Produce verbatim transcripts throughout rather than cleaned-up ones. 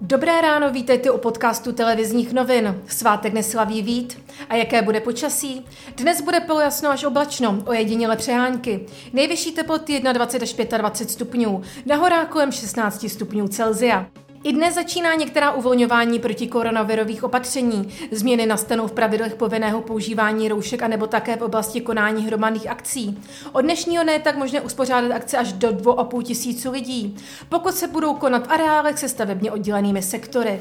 Dobré ráno, vítejte u podcastu televizních novin. Svátek neslaví Vít. A jaké bude počasí? Dnes bude polojasno až oblačno, ojediněle přehánky. Nejvyšší teploty dvacet jedna až dvacet pět stupňů, na horách kolem šestnáct stupňů Celsia. I dnes začíná některá uvolňování proti koronavirových opatření. Změny nastanou v pravidlech povinného používání roušek anebo také v oblasti konání hromadných akcí. Od dnešního dne je tak možné uspořádat akce až do dvou a půl tisíců lidí, pokud se budou konat v areálech se stavebně oddělenými sektory.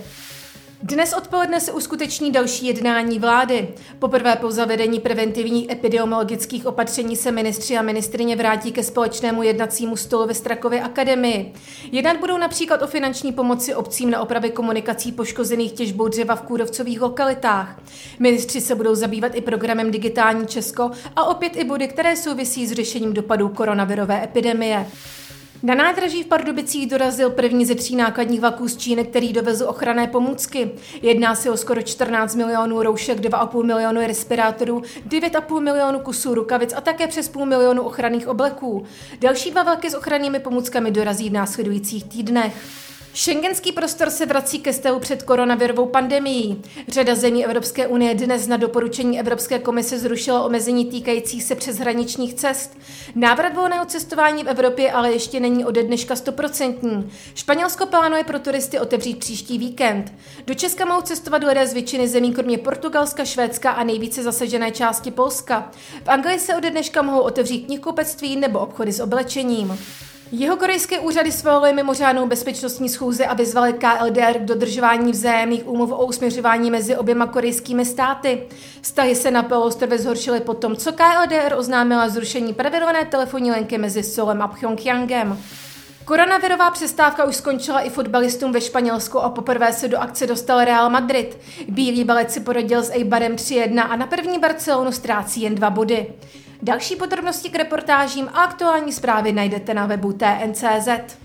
Dnes odpoledne se uskuteční další jednání vlády. Poprvé po zavedení preventivních epidemiologických opatření se ministři a ministryně vrátí ke společnému jednacímu stolu ve Strakově akademii. Jednat budou například o finanční pomoci obcím na opravy komunikací poškozených těžbou dřeva v kůrovcových lokalitách. Ministři se budou zabývat i programem Digitální Česko a opět i body, které souvisí s řešením dopadů koronavirové epidemie. Na nádraží v Pardubicích dorazil první ze tří nákladních vlaků z Číny, který dovezl ochranné pomůcky. Jedná se o skoro čtrnáct milionů roušek, dva a půl milionu respirátorů, devět a půl milionu kusů rukavic a také přes půl milionu ochranných obleků. Další dva vlaky s ochrannými pomůckami dorazí v následujících týdnech. Schengenský prostor se vrací ke stavu před koronavirovou pandemií. Řada zemí Evropské unie dnes na doporučení Evropské komise zrušila omezení týkajících se přeshraničních cest. Návrat volného cestování v Evropě ale ještě není ode dneška stoprocentní. Španělsko plánuje pro turisty otevřít příští víkend. Do Česka mohou cestovat lidé z většiny zemí kromě Portugalska, Švédska a nejvíce zasažené části Polska. V Anglii se ode dneška mohou otevřít knihkupectví nebo obchody s oblečením. Jihokorejské úřady svolaly mimořádnou bezpečnostní schůzi a vyzvaly K L D R k dodržování vzájemných úmluv o usměřování mezi oběma korejskými státy. Vztahy se na poloostrově zhoršily po tom, co K L D R oznámila zrušení pravidelné telefonní linky mezi Seoulem a Pchjongjangem. Koronavirová přestávka už skončila i fotbalistům ve Španělsku a poprvé se do akce dostal Real Madrid. Bílý balec si poradil s Eibarem tři jedna a na první Barcelonu ztrácí jen dva body. Další podrobnosti k reportážím a aktuální zprávy najdete na webu T N C Z.